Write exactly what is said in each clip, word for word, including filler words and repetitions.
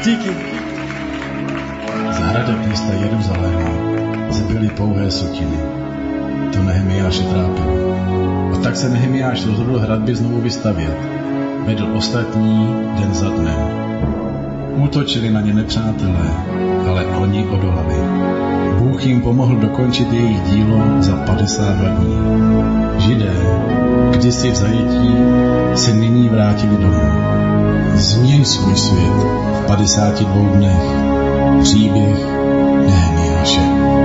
Díky. Zahrada města Jeruzaléma zbyly pouhé sotiny. To Nehemiáše trápilo. A tak se Nehemiáš rozhodl hradby znovu vystavět. Vedl ostatní den za dnem. Útočili na ně nepřátelé, ale oni odolali. Bůh jim pomohl dokončit jejich dílo za padesát dva dní. Židé, kdysi v zajetí, se nyní vrátili domů. Změň svůj svět v padesáti dvou dnech. Příběh Nehemiáše.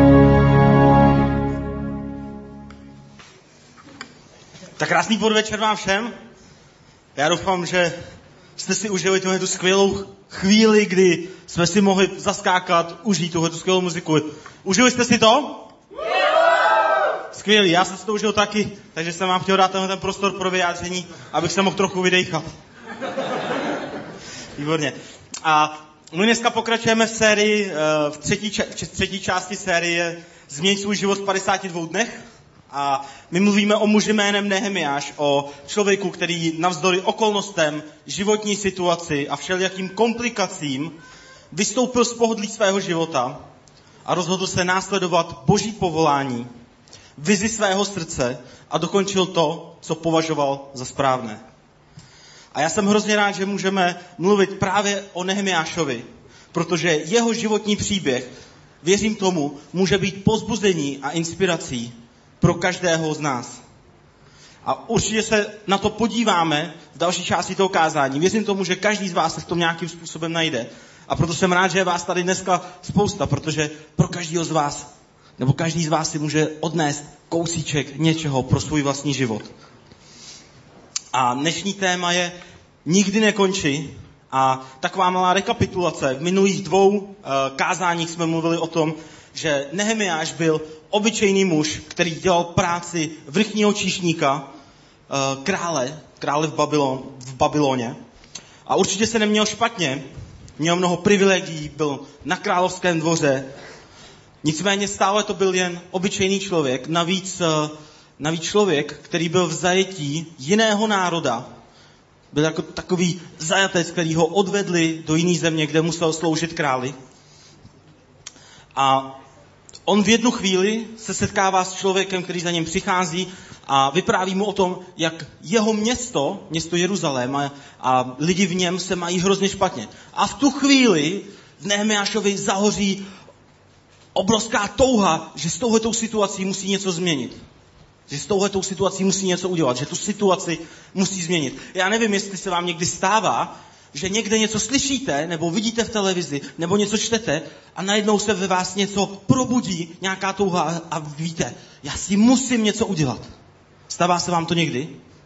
Tak krásný podvečer vám všem. Já doufám, že jste si užili tuhle tu skvělou chvíli, kdy jsme si mohli zaskákat, užít tuhle tu skvělou muziku. Užili jste si to? Skvělý, já jsem si to užil taky, takže jsem vám chtěl dát tenhle ten prostor pro vyjádření, abych se mohl trochu vydejchat. Výborně. A my dneska pokračujeme v sérii, v třetí, v třetí části série Změň svůj život v padesáti dvou dnech. A my mluvíme o muži jménem Nehemiáš, o člověku, který navzdory okolnostem, životní situaci a všelijakým komplikacím vystoupil z pohodlí svého života a rozhodl se následovat Boží povolání, vizi svého srdce a dokončil to, co považoval za správné. A já jsem hrozně rád, že můžeme mluvit právě o Nehemiášovi, protože jeho životní příběh, věřím tomu, může být povzbuzení a inspirací pro každého z nás. A určitě se na to podíváme v další části toho kázání. Věřím tomu, že každý z vás se v tom nějakým způsobem najde. A proto jsem rád, že je vás tady dneska spousta, protože pro každého z vás, nebo každý z vás si může odnést kousíček něčeho pro svůj vlastní život. A dnešní téma je Nikdy nekončí. A taková malá rekapitulace. V minulých dvou uh, kázáních jsme mluvili o tom, že Nehemiáš byl obyčejný muž, který dělal práci vrchního číšníka, uh, krále, krále v, Babylon, v Babyloně. A určitě se neměl špatně, měl mnoho privilegií, byl na královském dvoře. Nicméně stále to byl jen obyčejný člověk, navíc, uh, navíc člověk, který byl v zajetí jiného národa. Byl jako takový zajatec, který ho odvedli do jiné země, kde musel sloužit králi. A on v jednu chvíli se setkává s člověkem, který za ním přichází a vypráví mu o tom, jak jeho město, město Jeruzalém a, a lidi v něm se mají hrozně špatně. A v tu chvíli v Nehemiášovi zahoří obrovská touha, že s touhletou situací musí něco změnit. Že s touhletou situací musí něco udělat, že tu situaci musí změnit. Já nevím, jestli se vám někdy stává, že někde něco slyšíte, nebo vidíte v televizi, nebo něco čtete a najednou se ve vás něco probudí, nějaká touha a víte, já si musím něco udělat. Stává se vám to někdy?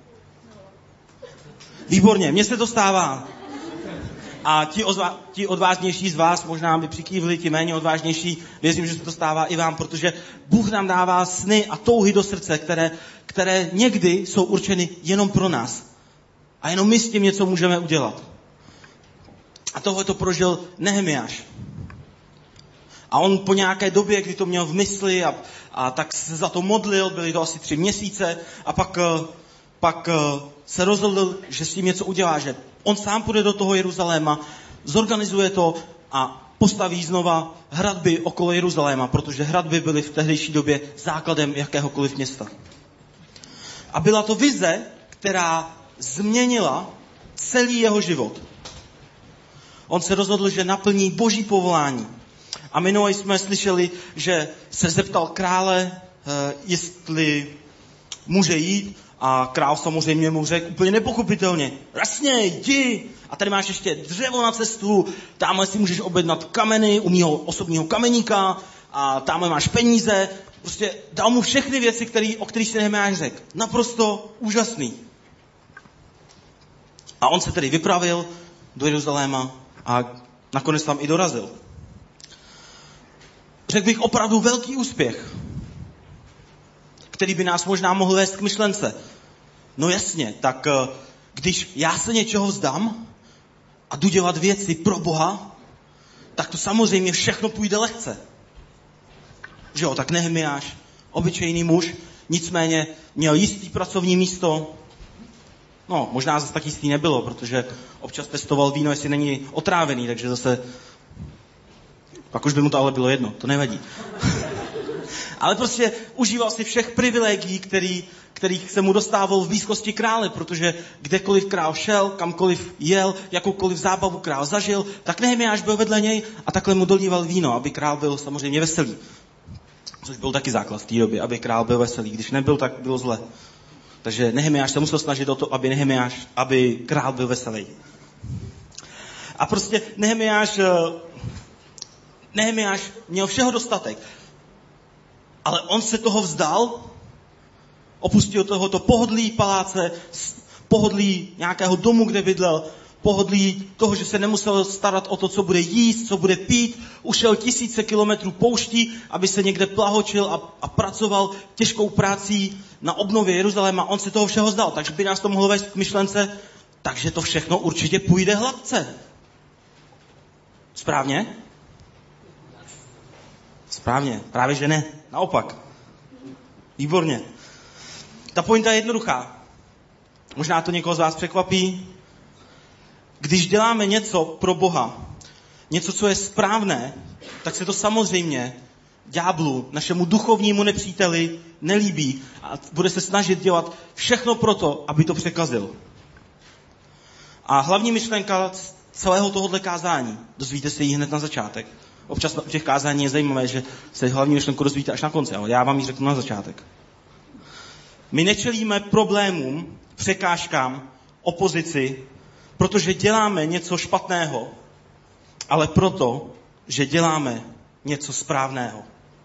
Výborně, mně se to stává. A ti, ozva, ti odvážnější z vás možná by přikývli, ti méně odvážnější, věřím, že se to stává i vám, protože Bůh nám dává sny a touhy do srdce, které, které někdy jsou určeny jenom pro nás. A jenom my s tím něco můžeme udělat. A tohle to prožil Nehemiáš. A on po nějaké době, kdy to měl v mysli a, a tak se za to modlil, byly to asi tři měsíce a pak, pak se rozhodl, že s tím něco udělá, že on sám půjde do toho Jeruzaléma, zorganizuje to a postaví znova hradby okolo Jeruzaléma, protože hradby byly v tehdejší době základem jakéhokoliv města. A byla to vize, která změnila celý jeho život. On se rozhodl, že naplní Boží povolání. A minule jsme slyšeli, že se zeptal krále, jestli může jít. A král samozřejmě mu řekl úplně nepochopitelně, jasně, jdi. A tady máš ještě dřevo na cestu, tamhle si můžeš objednat kameny u mýho osobního kameníka a tamhle máš peníze. Prostě dal mu všechny věci, který, o kterých si Nehemiáš řekl. Naprosto úžasný. A on se tedy vypravil do Jeruzaléma a nakonec tam i dorazil. Řekl bych opravdu velký úspěch, který by nás možná mohl vést k myšlence. No jasně, tak když já se něčeho vzdám a jdu dělat věci pro Boha, tak to samozřejmě všechno půjde lehce. Že jo, tak Nehemiáš, obyčejný muž, nicméně měl jistý pracovní místo. No, možná zase tak jistý nebylo, protože občas testoval víno, jestli není otrávený, takže zase... Pak už by mu to ale bylo jedno, to nevadí. Ale prostě užíval si všech privilegií, který, kterých se mu dostával v blízkosti krále, protože kdekoliv král šel, kamkoliv jel, jakoukoliv zábavu král zažil, tak Nehemiáš byl vedle něj a takhle mu dolíval víno, aby král byl samozřejmě veselý. Což byl taky základ v té době, aby král byl veselý. Když nebyl, tak bylo zle. Takže Nehemiáš se musel snažit o to, aby Nehemiáš, aby král byl veselý. A prostě Nehemiáš, Nehemiáš měl všeho dostatek. Ale on se toho vzdal, opustil tohoto pohodlí paláce, pohodlí nějakého domu, kde bydlel, pohodlí toho, že se nemusel starat o to, co bude jíst, co bude pít, ušel tisíce kilometrů pouští, aby se někde plahočil a, a pracoval těžkou prací na obnově Jeruzaléma. On se toho všeho vzdal, takže by nás to mohlo vést k myšlence, takže to všechno určitě půjde hladce. Správně? Správně, právě že ne. Naopak. Výborně. Ta pointa je jednoduchá. Možná to někoho z vás překvapí. Když děláme něco pro Boha, něco, co je správné, tak se to samozřejmě ďáblu, našemu duchovnímu nepříteli, nelíbí a bude se snažit dělat všechno pro to, aby to překazil. A hlavní myšlenka celého tohohle kázání, dozvíte se ji hned na začátek. Občas u těch kázání je zajímavé, že se hlavní myšlenku dozvíte až na konci, ale já vám ji řeknu na začátek. My nečelíme problémům, překážkám, opozici, protože děláme něco špatného, ale proto, že děláme něco správného.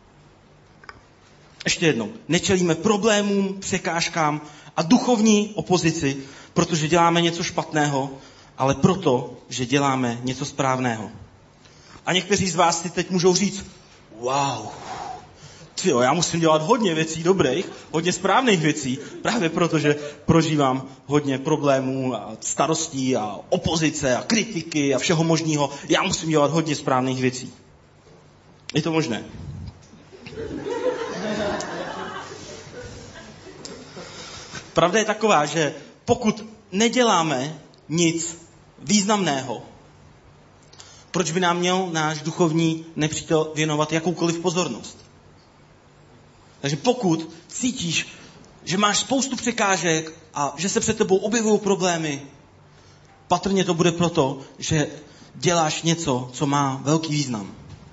Ještě jednou. Nečelíme problémům, překážkám a duchovní opozici, protože děláme něco špatného, ale proto, že děláme něco správného. A někteří z vás si teď můžou říct, wow, tyjo, já musím dělat hodně věcí dobrých, hodně správných věcí, právě proto, že prožívám hodně problémů a starostí a opozice a kritiky a všeho možného. Já musím dělat hodně správných věcí. Je to možné? Pravda je taková, že pokud neděláme nic významného, proč by nám měl náš duchovní nepřítel věnovat jakoukoliv pozornost? Takže pokud cítíš, že máš spoustu překážek a že se před tebou objevují problémy, patrně to bude proto, že děláš něco, co má velký význam.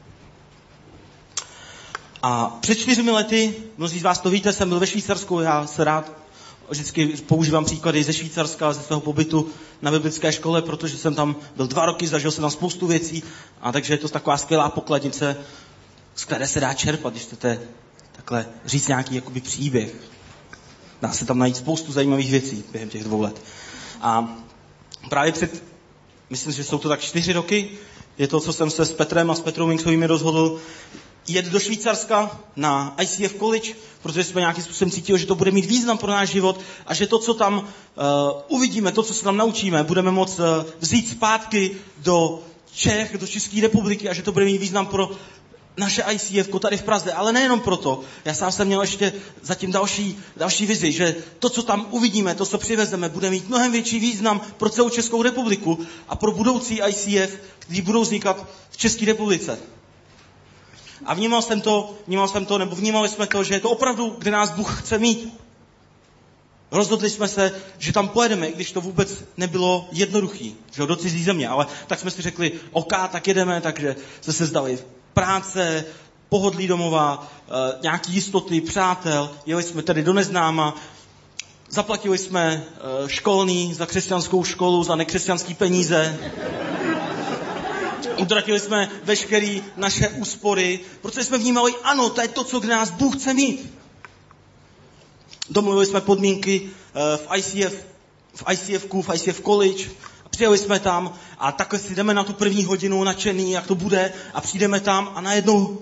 A před čtyřmi lety, mnozí z vás to víte, jsem byl ve Švýcarsku, já se rád vždycky používám příklady ze Švýcarska, ze svého pobytu na biblické škole, protože jsem tam byl dva roky, zažil jsem tam spoustu věcí, a takže je to taková skvělá pokladnice, z které se dá čerpat, když chcete takhle říct nějaký jakoby příběh. Dá se tam najít spoustu zajímavých věcí během těch dvou let. A právě před, myslím, že jsou to tak čtyři roky, je to, co jsem se s Petrem a s Petrou Minksovými rozhodl, jet do Švýcarska na I C F College, protože jsme nějakým způsobem cítili, že to bude mít význam pro náš život a že to, co tam uh, uvidíme, to, co se tam naučíme, budeme moct uh, vzít zpátky do Čech, do České republiky a že to bude mít význam pro naše I C F tady v Praze. Ale nejenom proto. Já sám jsem měl ještě zatím další, další vizi, že to, co tam uvidíme, to, co přivezeme, bude mít mnohem větší význam pro celou Českou republiku a pro budoucí I C F, který budou vznikat v České republice. A vnímal jsem to, vnímal jsem to, nebo vnímali jsme to, že je to opravdu, kde nás Bůh chce mít. Rozhodli jsme se, že tam pojedeme, i když to vůbec nebylo jednoduchý, že do cizí země, ale tak jsme si řekli, OK, tak jedeme, takže jsme se zdali práce, pohodlí domova, e, nějaký jistoty, přátel, jeli jsme tedy do neznáma, zaplatili jsme e, školný za křesťanskou školu, za nekřesťanský peníze, utratili jsme veškeré naše úspory, protože jsme vnímali, ano, to je to, co k nás Bůh chce mít. Domluvili jsme podmínky v I C F, v I C F ku, v I C F College, přijeli jsme tam a takhle si jdeme na tu první hodinu nadšený, jak to bude, a přijdeme tam a najednou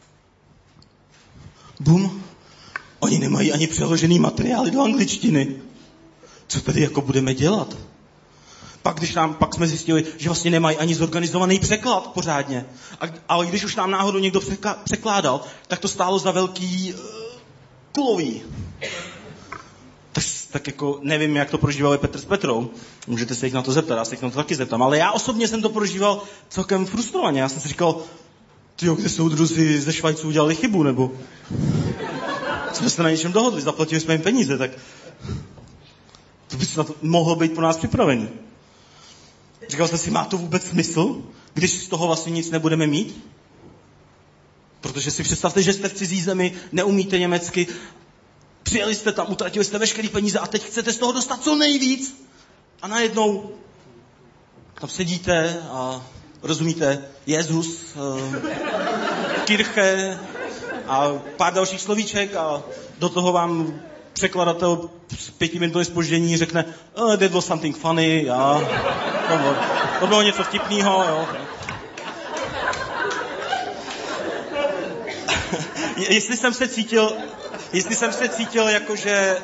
bum, oni nemají ani přeložený materiály do angličtiny. Co tady jako budeme dělat? Pak, když nám, pak jsme zjistili, že vlastně nemají ani zorganizovaný překlad pořádně. A, ale když už nám náhodou někdo překládal, tak to stálo za velký uh, kulový. Tak, tak jako nevím, jak to prožívali Petr s Petrou. Můžete se jich na to zeptat, já se jich na to taky zeptám. Ale já osobně jsem to prožíval celkem frustrovaně. Já jsem si říkal, tyjo, kde soudruzi ze Švajců udělali chybu, nebo jsme se na něčem dohodli, zaplatili jsme jim peníze, tak to by se na to mohlo být pro nás připravený. Říkal jsem si, má to vůbec smysl, když z toho vlastně nic nebudeme mít? Protože si představte, že jste v cizí zemi, neumíte německy, přijeli jste tam, utratili jste veškerý peníze a teď chcete z toho dostat co nejvíc. A najednou tam sedíte a rozumíte Jezus, uh, Kirche a pár dalších slovíček a do toho vám překladatel s pětiminutovým zpoždění řekne oh, that was something funny a to bylo, to bylo něco vtipného, jo. Jestli jsem se cítil, jestli jsem se cítil jakože,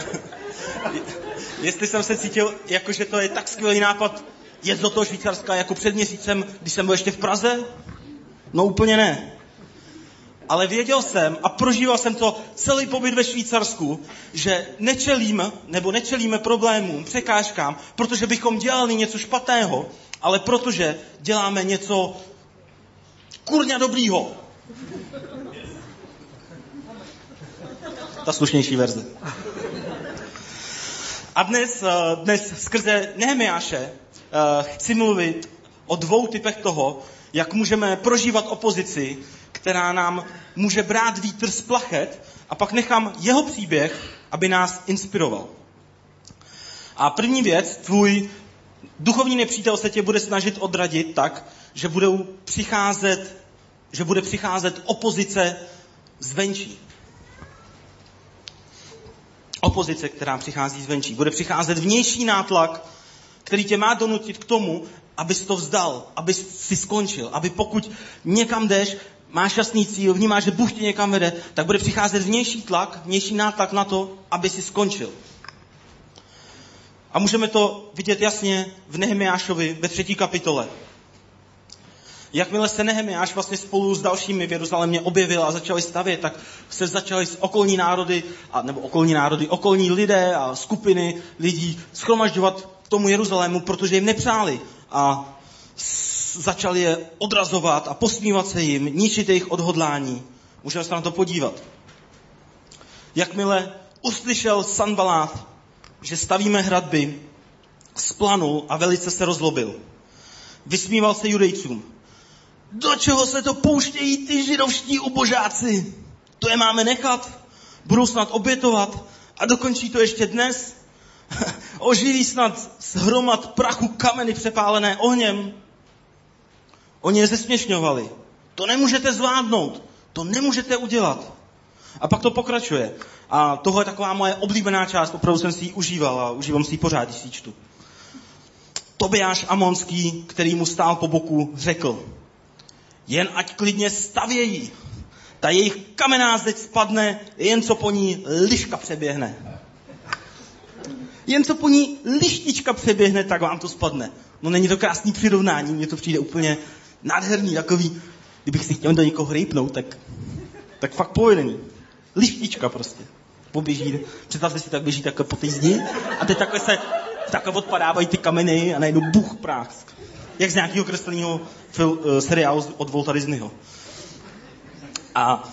jestli jsem se cítil jakože to je tak skvělý nápad jet do toho Švýcarska jako před měsícem, když jsem byl ještě v Praze, no úplně ne. Ale věděl jsem a prožíval jsem to celý pobyt ve Švýcarsku, že nečelím, nebo nečelíme problémům, překážkám, protože bychom dělali něco špatného, ale protože děláme něco kurňa dobrýho. Ta slušnější verze. A dnes, dnes skrze Nehemiáše chci mluvit o dvou typech toho, jak můžeme prožívat opozici, která nám může brát vítr z plachet a pak nechám jeho příběh, aby nás inspiroval. A první věc, tvůj duchovní nepřítel se tě bude snažit odradit tak, že budou přicházet, že bude přicházet opozice zvenčí. Opozice, která přichází zvenčí. Bude přicházet vnější nátlak, který tě má donutit k tomu, abys to vzdal, abys si skončil, aby pokud někam jdeš, máš jasný cíl, vnímáš, že Bůh tě někam vede, tak bude přicházet vnější tlak, vnější nátlak na to, aby si skončil. A můžeme to vidět jasně v Nehemiášovi ve třetí kapitole. Jakmile se Nehemiáš vlastně spolu s dalšími v Jeruzalémě objevil a začali stavět, tak se začali z okolní národy, a, nebo okolní národy, okolní lidé a skupiny lidí shromažďovat k tomu Jeruzalému, protože jim nepřáli a s, začali je odrazovat a posmívat se jim, ničit jejich odhodlání. Můžeme se na to podívat. Jakmile uslyšel Sanbalát, že stavíme hradby, splanul a velice se rozlobil. Vysmíval se Judejcům. Do čeho se to pouštějí ty židovští ubožáci? To je máme nechat? Budou snad obětovat a dokončí to ještě dnes? Oživí snad z hromad prachu kameny přepálené ohněm? Oni je zesměšňovali. To nemůžete zvládnout. To nemůžete udělat. A pak to pokračuje. A tohle je taková moje oblíbená část, opravdu jsem si ji užíval a užívám si ji pořád, když si ji čtu. Tobiáš Amonský, který mu stál po boku, řekl: jen ať klidně stavějí. Ta jejich kamenná zeď spadne, jen co po ní liška přeběhne. Jen co po ní lištička přeběhne, tak vám to spadne. No není to krásný přirovnání, mně to přijde úplně nádherný, takový, kdybych si chtěl do někoho rejpnout, tak, tak fakt povedený. Lištička prostě. Poběží, představte si, tak běží takhle po té zdi a teď takhle se takhle odpadávají ty kameny a najednou buch prásk. Jak z nějakého kresleného fil, uh, seriálu od Walta Disneyho. A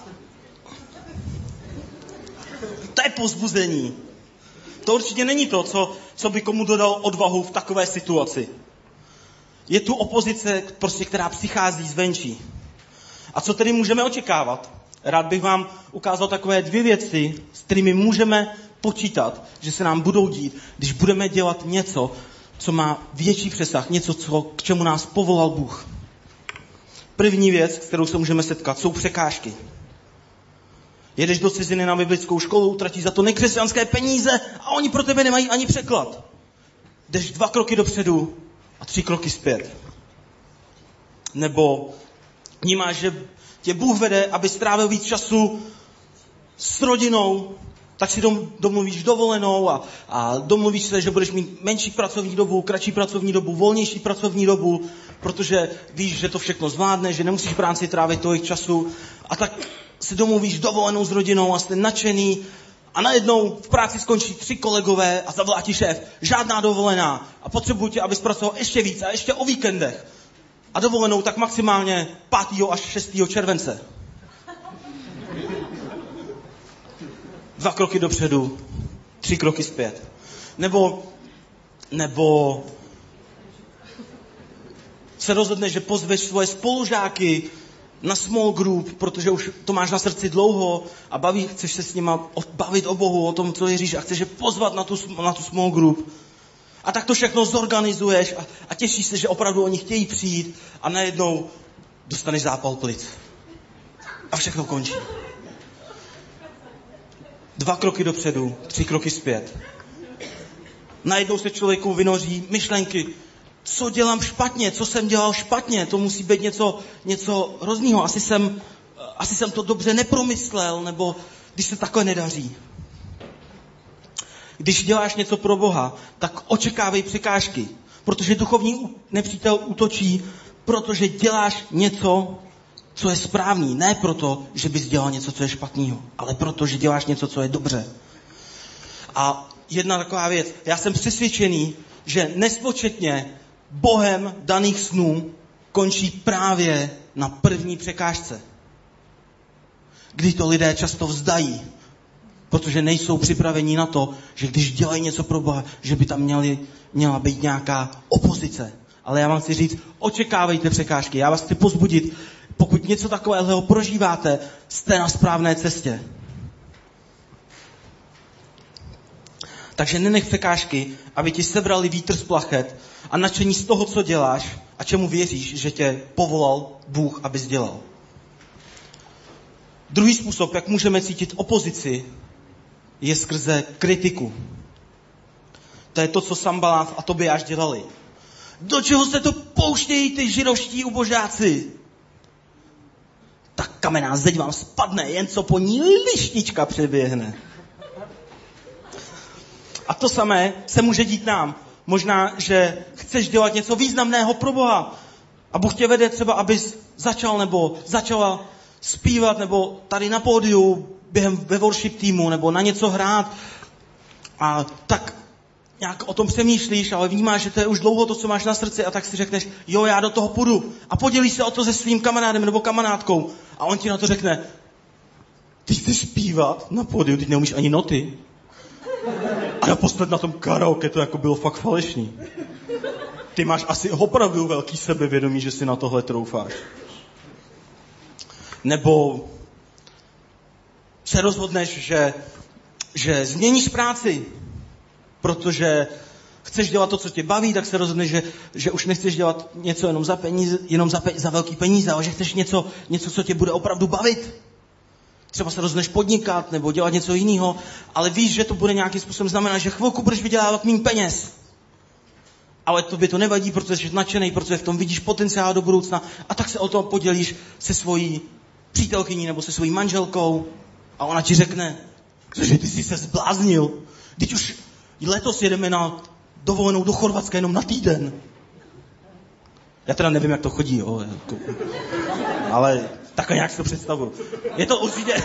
to je povzbuzení. To určitě není to, co, co by komu dodal odvahu v takové situaci. Je tu opozice, prostě, která přichází zvenčí. A co tedy můžeme očekávat? Rád bych vám ukázal takové dvě věci, s kterými můžeme počítat, že se nám budou dít, když budeme dělat něco, co má větší přesah, něco, co, k čemu nás povolal Bůh. První věc, s kterou se můžeme setkat, jsou překážky. Jedeš do ciziny na biblickou školu, utratíš za to nekřesťanské peníze a oni pro tebe nemají ani překlad. Jdeš dva kroky dopředu a tři kroky zpět. Nebo vnímáš, že tě Bůh vede, aby strávil víc času s rodinou, tak si dom, domluvíš dovolenou a, a domluvíš se, že budeš mít menší pracovní dobu, kratší pracovní dobu, volnější pracovní dobu, protože víš, že to všechno zvládneš, že nemusíš v práci trávit tolik času a tak si domluvíš dovolenou s rodinou a jste nadšený A najednou v práci skončí tři kolegové a zavolá ti šéf, žádná dovolená a potřebuji tě, abys pracoval ještě víc a ještě o víkendech. A dovolenou tak maximálně pátého až šestého července. Dva kroky dopředu, tři kroky zpět. Nebo, nebo se rozhodneš, že pozveš svoje spolužáky na small group, protože už to máš na srdci dlouho a baví, chceš se s nima bavit o Bohu, o tom, co Ježíš, a chceš je pozvat na tu, na tu small group. A tak to všechno zorganizuješ a, a těšíš se, že opravdu oni chtějí přijít a najednou dostaneš zápal plic. A všechno končí. Dva kroky dopředu, tři kroky zpět. Najednou se člověku vynoří myšlenky, co dělám špatně, co jsem dělal špatně, to musí být něco, něco hroznýho. Asi jsem, asi jsem to dobře nepromyslel, nebo když se takhle nedaří. Když děláš něco pro Boha, tak očekávej překážky, protože duchovní nepřítel útočí, protože děláš něco, co je správný. Ne proto, že bys dělal něco, co je špatného, ale proto, že děláš něco, co je dobře. A jedna taková věc. Já jsem přesvědčený, že nespočetně Bohem daných snů končí právě na první překážce. Kdy to lidé často vzdají, protože nejsou připraveni na to, že když dělají něco pro Boha, že by tam měli, měla být nějaká opozice. Ale já vám chci říct, očekávejte překážky. Já vás chci povzbudit, pokud něco takového prožíváte, jste na správné cestě. Takže nenech překážky, aby ti sebrali vítr z plachet a nadšení z toho, co děláš a čemu věříš, že tě povolal Bůh, abys dělal. Druhý způsob, jak můžeme cítit opozici, je skrze kritiku. To je to, co Sanbalat a Tobiáš dělali. Do čeho se to pouštějí ty židovští ubožáci? Tak kamenná zeď vám spadne, jen co po ní lištička přeběhne. A to samé se může dít nám. Možná, že chceš dělat něco významného pro Boha. A Bůh tě vede třeba, abys začal nebo začala zpívat, nebo tady na pódiu během ve worship týmu, nebo na něco hrát. A tak nějak o tom přemýšlíš, ale vnímáš, že to je už dlouho to, co máš na srdci, a tak si řekneš, jo, já do toho půjdu. A podělíš se o to se svým kamarádem nebo kamarádkou. A on ti na to řekne, ty chceš zpívat na pódiu, ty neumíš ani noty. A naposled na tom karaoke to jako bylo fakt falešný. Ty máš asi opravdu velký sebevědomí, že si na tohle troufáš. Nebo se rozhodneš, že, že změníš práci, protože chceš dělat to, co tě baví, tak se rozhodneš, že, že už nechceš dělat něco jenom za peníze, jenom za, pe, za velký peníze, ale že chceš něco, něco, co tě bude opravdu bavit. Třeba se rozhodneš podnikat nebo dělat něco jiného, ale víš, že to bude nějakým způsobem znamenat, že chvilku budeš vydělávat méně peněz. Ale to by to nevadí, protože jsi nadšený, protože v tom vidíš potenciál do budoucna, a tak se o to podělíš se svojí přítelkyní nebo se svojí manželkou a ona ti řekne, že ty jsi se zbláznil. Teď už letos jedeme na dovolenou do Chorvatska jenom na týden. Já teda nevím, jak to chodí, jo, jako, ale takhle nějak si to představuju. Je to určitě...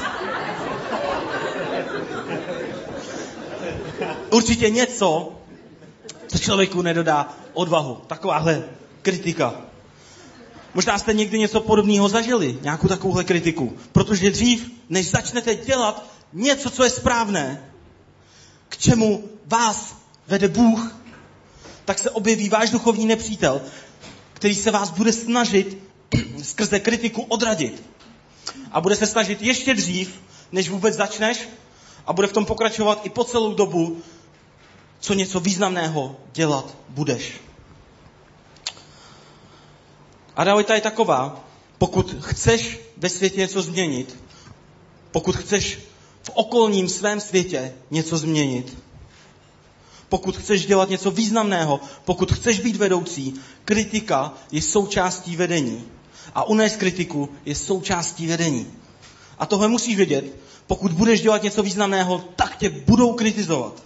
určitě něco, co člověku nedodá odvahu. Takováhle kritika. Možná jste někdy něco podobného zažili, nějakou takovouhle kritiku. Protože dřív, než začnete dělat něco, co je správné, k čemu vás vede Bůh, tak se objeví váš duchovní nepřítel, který se vás bude snažit skrze kritiku odradit. A bude se snažit ještě dřív, než vůbec začneš, a bude v tom pokračovat i po celou dobu, co něco významného dělat budeš. A realita je taková, pokud chceš ve světě něco změnit, pokud chceš v okolním svém světě něco změnit, pokud chceš dělat něco významného, pokud chceš být vedoucí, kritika je součástí vedení. A unést kritiku je součástí vedení. A tohle musíš vědět. Pokud budeš dělat něco významného, tak tě budou kritizovat.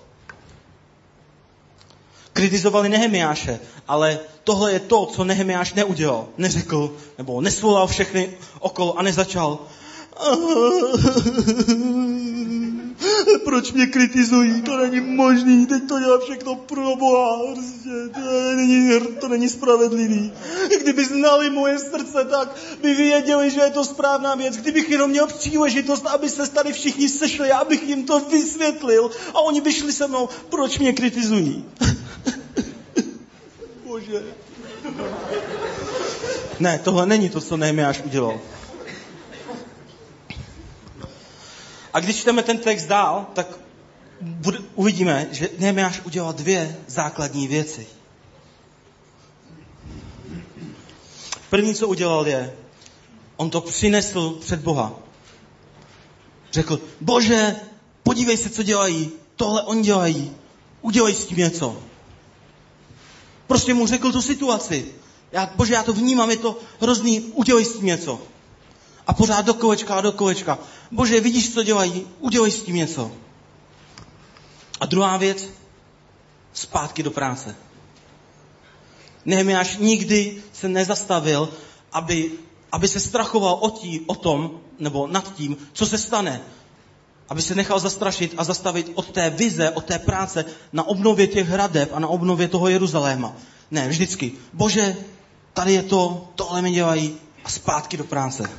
Kritizovali Nehemiáše, ale tohle je to, co Nehemiáš neudělal. Neřekl, nebo nesvolal všechny okolo a nezačal. Proč mě kritizují? To není možný, teď to dělá všechno pro Boha. Prostě, to, není, to není spravedlivý. Kdyby znali moje srdce, tak by věděli, že je to správná věc. Kdybych jenom měl příležitost, aby se tady všichni sešli, abych jim to vysvětlil a oni by šli se mnou. Proč mě kritizují? Bože. Ne, tohle není to, co Nehemiáš udělal. A když čteme ten text dál, tak bude, uvidíme, že Nehemiáš udělal dvě základní věci. První, co udělal, je, on to přinesl před Boha. Řekl, Bože, podívej se, co dělají, tohle oni dělají, udělej s tím něco. Prostě mu řekl tu situaci. Já, Bože, já to vnímám, je to hrozný, udělej s tím něco. A pořád do kolečka a do kolečka. Bože, vidíš, co dělají, udělej s tím něco. A druhá věc, zpátky do práce. Nehemiáš nikdy se nezastavil, aby, aby se strachoval o, tí, o tom, nebo nad tím, co se stane. Aby se nechal zastrašit a zastavit od té vize, od té práce na obnově těch hradeb a na obnově toho Jeruzaléma. Ne, vždycky. Bože, tady je to, tohle mi dělají a zpátky do práce.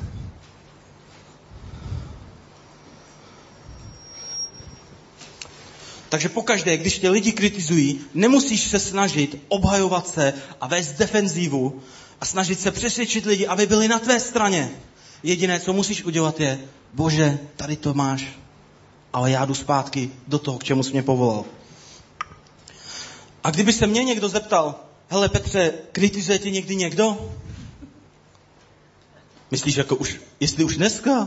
Takže pokaždé, když tě lidi kritizují, nemusíš se snažit obhajovat se a vést defenzivu a snažit se přesvědčit lidi, aby byli na tvé straně. Jediné, co musíš udělat, je, Bože, tady to máš, ale já jdu zpátky do toho, k čemu jsi mě povolal. A kdyby se mě někdo zeptal, hele Petře, kritizuje tě někdy někdo? Myslíš, jako už, jestli už dneska?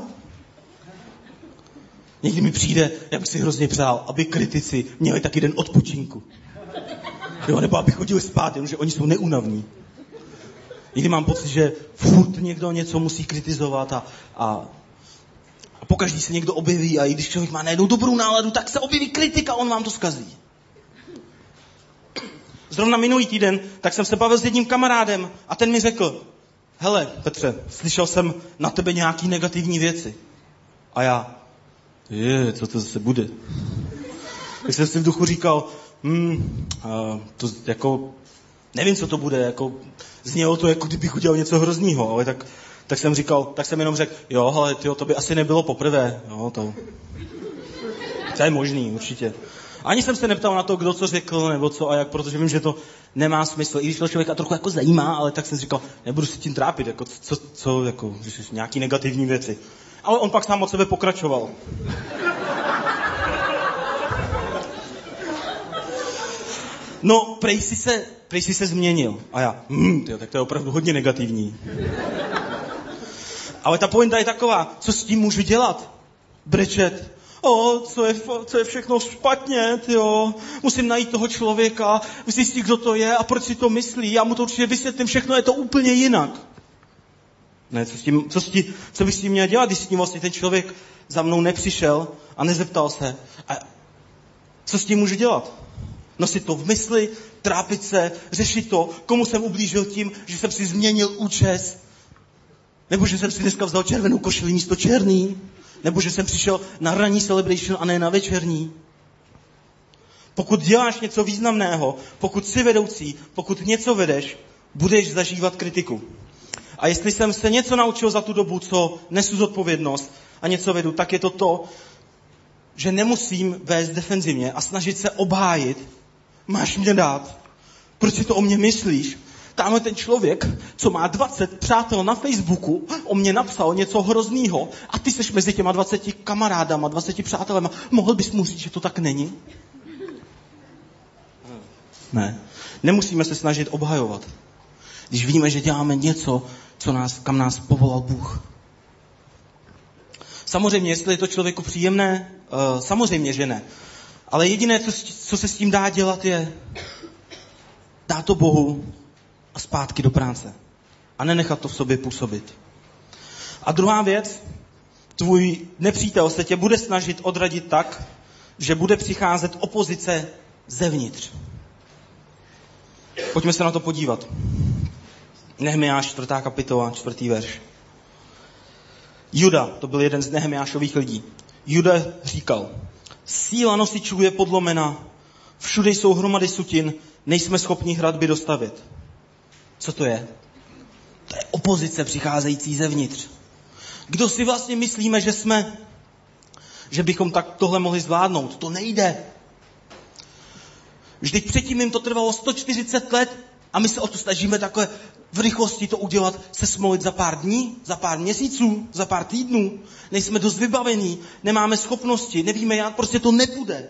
Někdy mi přijde, já bych si hrozně přál, aby kritici měli taky den odpočinku. Jo, nebo aby chodili spát, jenomže oni jsou neúnavní. Někdy mám pocit, že furt někdo něco musí kritizovat a, a, a pokaždý se někdo objeví a i když člověk má najednou dobrou náladu, tak se objeví kritika a on vám to zkazí. Zrovna minulý týden, tak jsem se bavil s jedním kamarádem a ten mi řekl, hele Petře, slyšel jsem na tebe nějaký negativní věci. A já, je, co to zase bude? Tak jsem si v duchu říkal, hm, a to jako, nevím, co to bude, jako, znělo to, jako kdybych udělal něco hroznýho, ale tak, tak jsem říkal, tak jsem jenom řekl, jo, ale tyjo, to by asi nebylo poprvé, jo, to, to je možný, určitě. Ani jsem se neptal na to, kdo co řekl, nebo co a jak, protože vím, že to nemá smysl. I když to člověka trochu jako zajímá, ale tak jsem říkal, nebudu se tím trápit, jako, co, co, jako, nějaký negativní věci. Ale on pak sám od sebe pokračoval. No, prej si se, prej si se změnil. A já, hm, tyjo, tak to je opravdu hodně negativní. Ale ta pointa je taková, co s tím můžu dělat? Brečet. O, co je, co je všechno špatně, tyjo. Musím najít toho člověka, zjistit, kdo to je a proč si to myslí. Já mu to určitě vysvětlím, všechno je to úplně jinak. Ne, co, s tím, co, s tím, co bych s tím měl dělat, když s tím vlastně ten člověk za mnou nepřišel a nezeptal se. A co s tím můžu dělat? Nosit to v mysli, trápit se, řešit to, komu jsem ublížil tím, že jsem si změnil účes, nebo že jsem si dneska vzal červenou košili místo černý, nebo že jsem přišel na ranní celebration a ne na večerní. Pokud děláš něco významného, pokud jsi vedoucí, pokud něco vedeš, budeš zažívat kritiku. A jestli jsem se něco naučil za tu dobu, co nesu zodpovědnost a něco vedu, tak je to to, že nemusím vést defenzivně a snažit se obhájit. Máš mě dát. Proč si to o mě myslíš? Tamhle ten člověk, co má dvacet přátel na Facebooku, o mě napsal něco hroznýho a ty seš mezi těma dvaceti kamarádama, dvaceti přátelema. Mohl bys mu říct, že to tak není? Ne. Nemusíme se snažit obhajovat. Když víme, že děláme něco, co nás, kam nás povolal Bůh. Samozřejmě, jestli je to člověku příjemné, uh, samozřejmě, že ne. Ale jediné, co, co se s tím dá dělat, je dát to Bohu a zpátky do práce. A nenechat to v sobě působit. A druhá věc, tvůj nepřítel se tě bude snažit odradit tak, že bude přicházet opozice zevnitř. Pojďme se na to podívat. Nehemiáš, čtvrtá kapitola, čtvrtý verš. Juda, to byl jeden z Nehemiášových lidí. Juda říkal, Síla nosičů je podlomena, všude jsou hromady sutin, nejsme schopni hradby dostavět. Co to je? To je opozice přicházející zevnitř. Kdo si vlastně myslíme, že jsme, že bychom tak tohle mohli zvládnout? To nejde. Vždyť předtím jim to trvalo sto čtyřicet let a my se o to snažíme takhle v rychlosti to udělat, se smolit za pár dní, za pár měsíců, za pár týdnů. Nejsme dost vybavení, nemáme schopnosti, nevíme jak, prostě to nepůjde.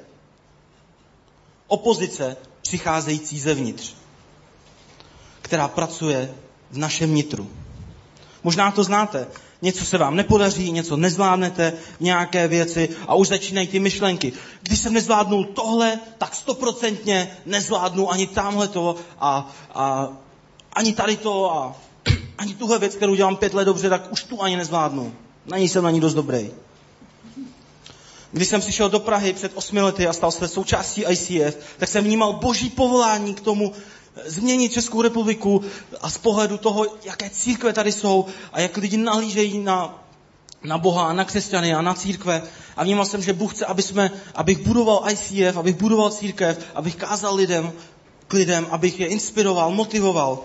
Opozice přicházející zevnitř, která pracuje v našem nitru. Možná to znáte. Něco se vám nepodaří, něco nezvládnete, nějaké věci a už začínají ty myšlenky. Když jsem nezvládnul tohle, tak stoprocentně nezvládnu ani tamhleto a, a ani tady to a ani tuhle věc, kterou dělám pět let dobře, tak už tu ani nezvládnu. Na ní jsem na ní dost dobrý. Když jsem přišel do Prahy před osmi lety a stal se součástí I C F, tak jsem vnímal boží povolání k tomu změnit Českou republiku a z pohledu toho, jaké církve tady jsou a jak lidi nahlížejí na, na Boha a na křesťany a na církve. A vnímal jsem, že Bůh chce, aby jsme, abych budoval I C F, abych budoval církev, abych kázal lidem, k lidem, abych je inspiroval, motivoval.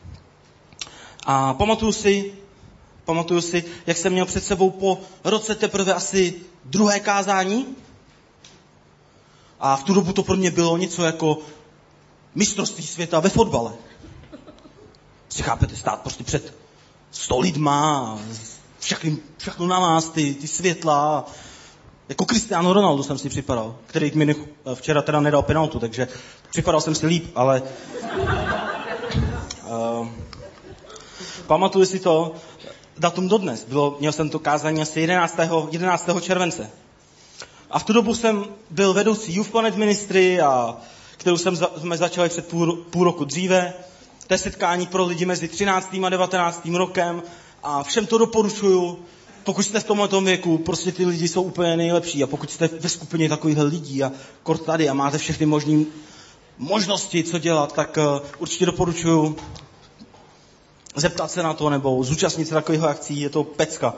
A pamatuju si, pamatuju si, jak jsem měl před sebou po roce teprve asi druhé kázání. A v tu dobu to pro mě bylo něco jako mistrovství světa ve fotbale. Si chápete, stát prostě před sto lidma, všechny, všechno na nás, ty, ty světla. Jako Cristiano Ronaldo jsem si připadal, který mi nech, včera teda nedal penaltu, takže připadal jsem si líp, ale uh, pamatuju si to, datum dodnes, bylo, měl jsem to kázání asi jedenáctého července. A v tu dobu jsem byl vedoucí Youth Planet Ministry, a kterou jsem za, jsme začali před půl, půl roku dříve. To je setkání pro lidi mezi třináctým a devatenáctým rokem a všem to doporučuju. Pokud jste v tomhle věku, prostě ty lidi jsou úplně nejlepší a pokud jste ve skupině takových lidí a kort tady a máte všechny možné možnosti, co dělat, tak uh, určitě doporučuju zeptat se na to nebo zúčastnit se takových akcí, je to pecka.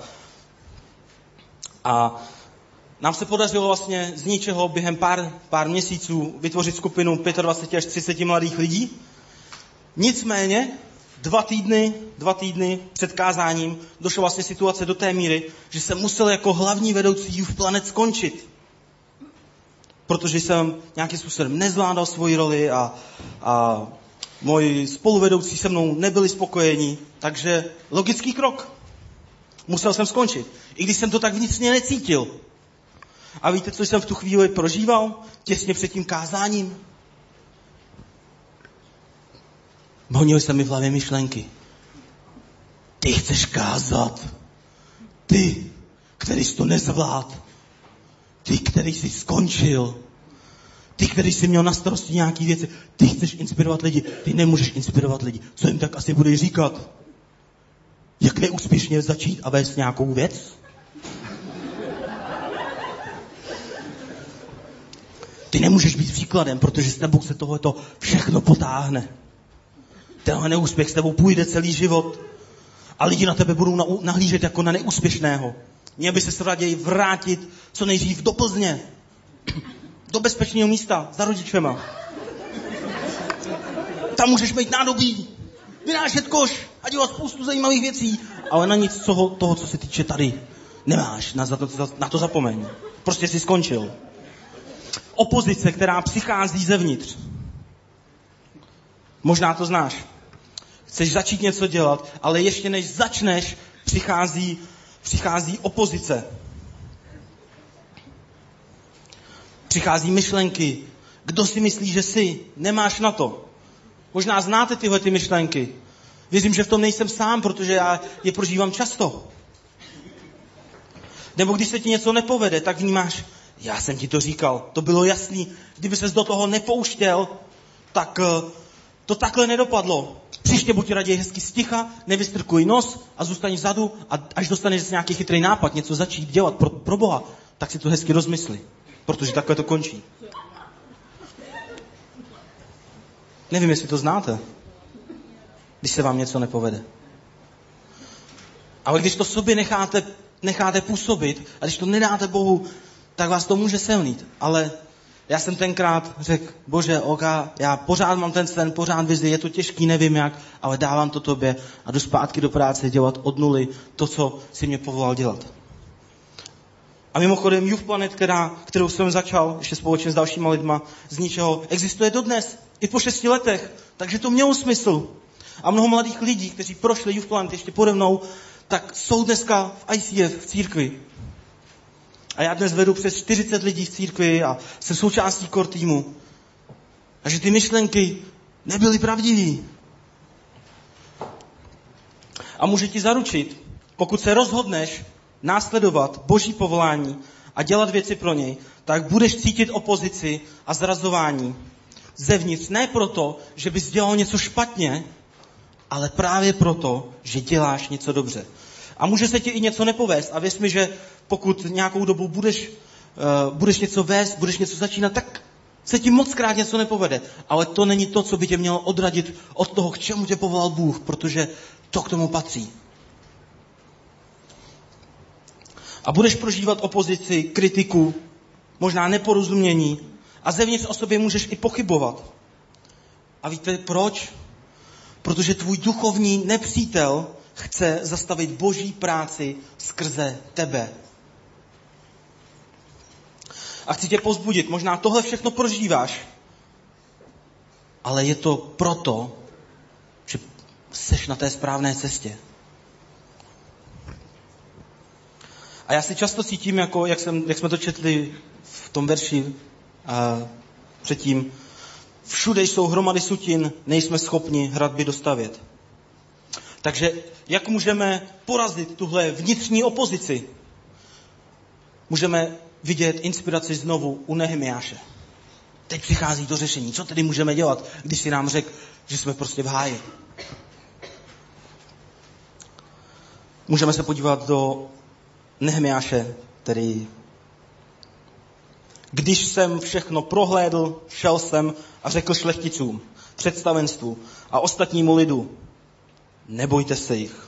A nám se podařilo vlastně z ničeho během pár, pár měsíců vytvořit skupinu dvacet pět až třicet mladých lidí. Nicméně dva týdny, dva týdny před kázáním došla vlastně situace do té míry, že jsem musel jako hlavní vedoucí Youth Planet skončit. Protože jsem nějakým způsobem nezvládal svoji roli a, a moji spoluvedoucí se mnou nebyli spokojeni. Takže logický krok. Musel jsem skončit. I když jsem to tak vnitřně necítil. A víte, co jsem v tu chvíli prožíval? Těsně před tím kázáním. Honily se mi v hlavě myšlenky. Ty chceš kázat. Ty, který jsi to nezvlád. Ty, který jsi skončil. Ty, který jsi měl na starosti nějaký věci. Ty chceš inspirovat lidi. Ty nemůžeš inspirovat lidi. Co jim tak asi budeš říkat? Jak neúspěšně začít a vést nějakou věc? Ty nemůžeš být příkladem, protože s tebou se tohleto všechno potáhne. Tenhle neúspěch s tebou půjde celý život a lidi na tebe budou nahlížet jako na neúspěšného. Měl by se raději vrátit co nejdřív do Plzně. Do bezpečného místa, za rodičema. Tam můžeš mít nádobí, vynášet koš a dělat spoustu zajímavých věcí, ale na nic toho, toho co se týče tady, nemáš, na to, na to zapomeň. Prostě jsi skončil. Opozice, která přichází zevnitř. Možná to znáš. Chceš začít něco dělat, ale ještě než začneš, přichází, přichází opozice. Přichází myšlenky. Kdo si myslí, že jsi? Nemáš na to. Možná znáte tyhle ty myšlenky. Věřím, že v tom nejsem sám, protože já je prožívám často. Nebo když se ti něco nepovede, tak vnímáš, já jsem ti to říkal, to bylo jasný. Kdyby ses do toho nepouštěl, tak uh, to takhle nedopadlo. Příště buď raději hezky sticha, nevystrkuj nos a zůstaň vzadu a až dostaneš nějaký chytrý nápad, něco začít dělat pro, pro Boha, tak si to hezky rozmysli. Protože takhle to končí. Nevím, jestli to znáte, když se vám něco nepovede. Ale když to sobě necháte, necháte působit a když to nedáte Bohu, tak vás to může semlít. Ale já jsem tenkrát řekl, Bože, oka, já pořád mám ten sen, pořád vizi, je to těžký, nevím jak, ale dávám to tobě a jdu zpátky do práce dělat od nuly to, co jsi mě povolal dělat. A mimochodem Youth Planet, která, kterou jsem začal ještě společně s dalšíma lidma z ničeho, existuje dodnes, i po šesti letech, takže to mělo smysl. A mnoho mladých lidí, kteří prošli Youth Planet ještě pode mnou, tak jsou dneska v I C F, v církvi. A já dnes vedu přes čtyřicet lidí v církvi a jsem součástí core týmu. A že ty myšlenky nebyly pravdivý. A můžu ti zaručit, pokud se rozhodneš následovat Boží povolání a dělat věci pro něj, tak budeš cítit opozici a zrazování zevnitř. Ne proto, že bys dělal něco špatně, ale právě proto, že děláš něco dobře. A může se ti i něco nepovést. A věř mi, že pokud nějakou dobu budeš, uh, budeš něco vést, budeš něco začínat, tak se ti moc krát něco nepovede. Ale to není to, co by tě mělo odradit od toho, k čemu tě povolal Bůh, protože to k tomu patří. A budeš prožívat opozici, kritiku, možná neporozumění a zevnitř o sobě můžeš i pochybovat. A víte proč? Protože tvůj duchovní nepřítel chce zastavit Boží práci skrze tebe. A chci tě povzbudit, možná tohle všechno prožíváš, ale je to proto, že seš na té správné cestě. A já si často cítím, jako, jak, jsem, jak jsme to četli v tom verši uh, předtím, všude jsou hromady sutin, nejsme schopni hradby dostavět. Takže jak můžeme porazit tuhle vnitřní opozici? Můžeme vidět inspiraci znovu u Nehemiáše. Teď přichází to řešení. Co tedy můžeme dělat, když si nám řekl, že jsme prostě v háji? Můžeme se podívat do Nehemiáše, tedy když jsem všechno prohlédl, šel jsem a řekl šlechticům, představenstvu a ostatnímu lidu, nebojte se jich.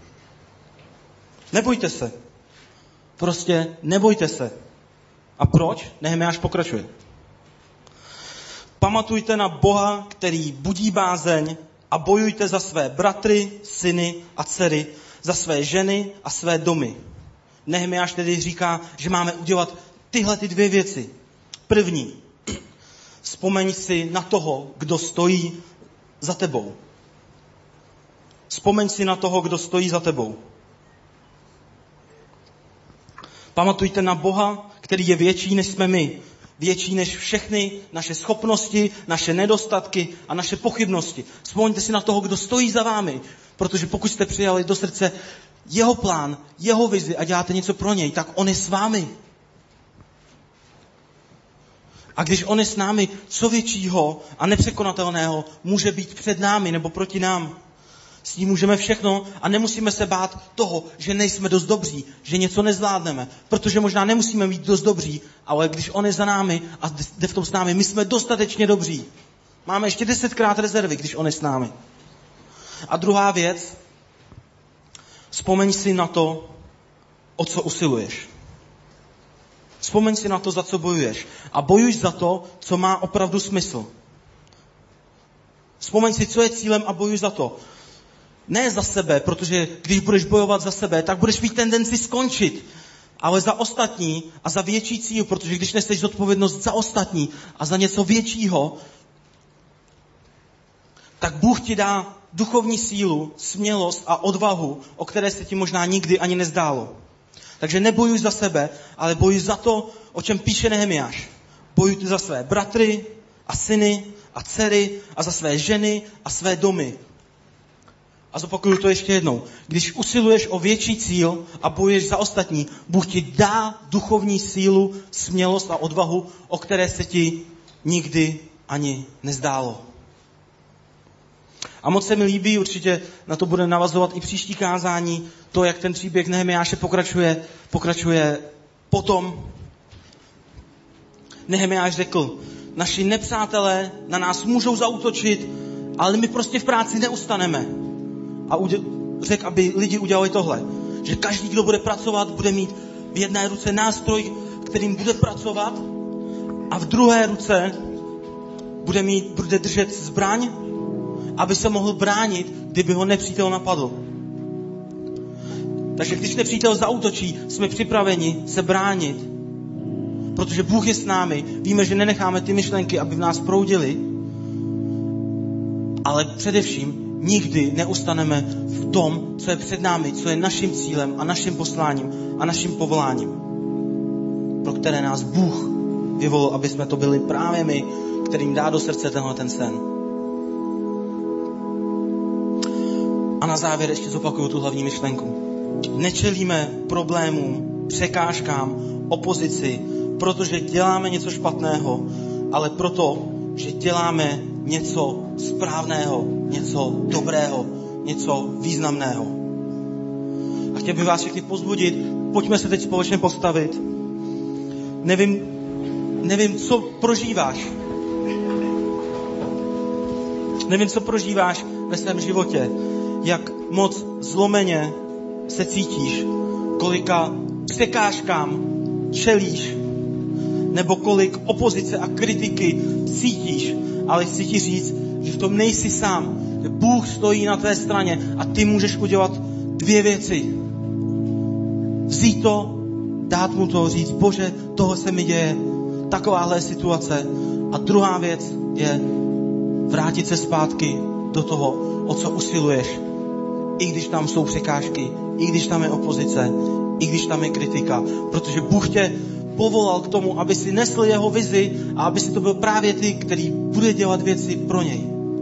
Nebojte se. Prostě nebojte se. A proč? Nehemiáš pokračuje. Pamatujte na Boha, který budí bázeň a bojujte za své bratry, syny a dcery, za své ženy a své domy. Nehemiáš tedy říká, že máme udělat tyhle ty dvě věci. První, vzpomeň si na toho, kdo stojí za tebou. Vzpomeň si na toho, kdo stojí za tebou. Pamatujte na Boha, který je větší, než jsme my. Větší než všechny naše schopnosti, naše nedostatky a naše pochybnosti. Vzpomeňte si na toho, kdo stojí za vámi. Protože pokud jste přijali do srdce jeho plán, jeho vizi a děláte něco pro něj, tak on je s vámi. A když on je s námi, co většího a nepřekonatelného může být před námi nebo proti nám? S ním můžeme všechno a nemusíme se bát toho, že nejsme dost dobří, že něco nezvládneme. Protože možná nemusíme být dost dobří, ale když on je za námi a jde v tom s námi, my jsme dostatečně dobří. Máme ještě desetkrát rezervy, když on je s námi. A druhá věc, vzpomeň si na to, o co usiluješ. Vzpomeň si na to, za co bojuješ. A bojuj za to, co má opravdu smysl. Vzpomeň si, co je cílem a bojuj za to. Ne za sebe, protože když budeš bojovat za sebe, tak budeš mít tendenci skončit. Ale za ostatní a za větší cíl, protože když neseš zodpovědnost za ostatní a za něco většího, tak Bůh ti dá duchovní sílu, smělost a odvahu, o které se ti možná nikdy ani nezdálo. Takže nebojuj za sebe, ale bojuj za to, o čem píše Nehemiáš. Bojuj za své bratry a syny a dcery a za své ženy a své domy. A zopakuju to ještě jednou. Když usiluješ o větší cíl a bojuješ za ostatní, Bůh ti dá duchovní sílu, smělost a odvahu, o které se ti nikdy ani nezdálo. A moc se mi líbí, určitě na to bude navazovat i příští kázání, to, jak ten příběh Nehemiáše pokračuje, pokračuje potom. Nehemiáš řekl, naši nepřátelé na nás můžou zaútočit, ale my prostě v práci neustaneme. A řekl, aby lidi udělali tohle, že každý, kdo bude pracovat, bude mít v jedné ruce nástroj, kterým bude pracovat a v druhé ruce bude, mít, bude držet zbraň, aby se mohl bránit, kdyby ho nepřítel napadl. Takže když nepřítel zaútočí, jsme připraveni se bránit, protože Bůh je s námi. Víme, že nenecháme ty myšlenky, aby v nás proudily, ale především nikdy neustaneme v tom, co je před námi, co je naším cílem a naším posláním a naším povoláním, pro které nás Bůh vyvolil, aby jsme to byli právě my, kterým dá do srdce tenhle ten sen. A na závěr ještě zopakuju tu hlavní myšlenku. Nečelíme problémům, překážkám, opozici, protože děláme něco špatného, ale proto, že děláme něco správného, něco dobrého, něco významného. A chtěl bych vás všechny pozbudit, pojďme se teď společně postavit. Nevím, nevím, co prožíváš. Nevím, co prožíváš ve svém životě, jak moc zlomeně se cítíš, kolika překážkám čelíš, nebo kolik opozice a kritiky cítíš, ale chci ti říct, že v tom nejsi sám, že Bůh stojí na tvé straně a ty můžeš udělat dvě věci. Vzít to, dát mu to, říct, Bože, toho se mi děje, takováhle situace. A druhá věc je vrátit se zpátky do toho, o co usiluješ. I když tam jsou překážky, i když tam je opozice, i když tam je kritika. Protože Bůh tě povolal k tomu, aby si nesl jeho vizi a aby si to byl právě ty, který bude dělat věci pro něj.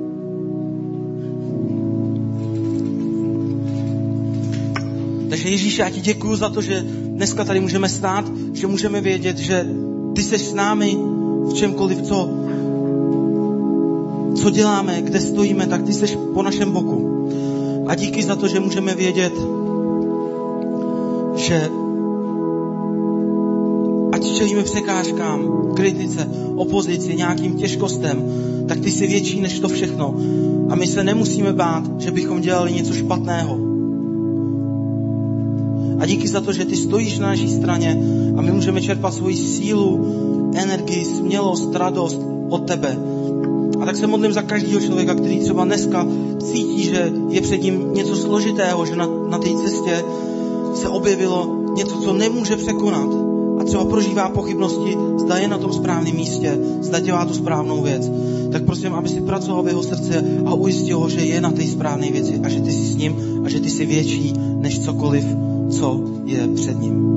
Takže Ježíši, já ti děkuju za to, že dneska tady můžeme stát, že můžeme vědět, že ty jsi s námi v čemkoliv, co, co děláme, kde stojíme, tak ty jsi po našem boku. A díky za to, že můžeme vědět, že ať čelíme překážkám, kritice, opozici, nějakým těžkostem, tak ty jsi větší než to všechno. A my se nemusíme bát, že bychom dělali něco špatného. A díky za to, že ty stojíš na naší straně a my můžeme čerpat svoji sílu, energii, smělost, radost od tebe. A tak se modlím za každého člověka, který třeba dneska cítí, že je před ním něco složitého, že na, na té cestě se objevilo něco, co nemůže překonat. A třeba prožívá pochybnosti, zda je na tom správném místě, zda dělá tu správnou věc. Tak prosím, aby si pracoval v jeho srdce a ujistil ho, že je na té správné věci a že ty jsi s ním a že ty jsi větší než cokoliv, co je před ním.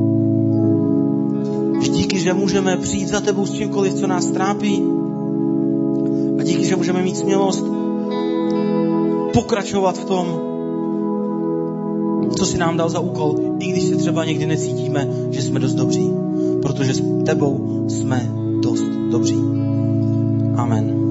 Díky, že můžeme přijít za tebou s čímkoliv, co nás trápí. A díky, že můžeme mít smělost pokračovat v tom, co jsi nám dal za úkol, i když se třeba někdy necítíme, že jsme dost dobří. Protože s tebou jsme dost dobří. Amen.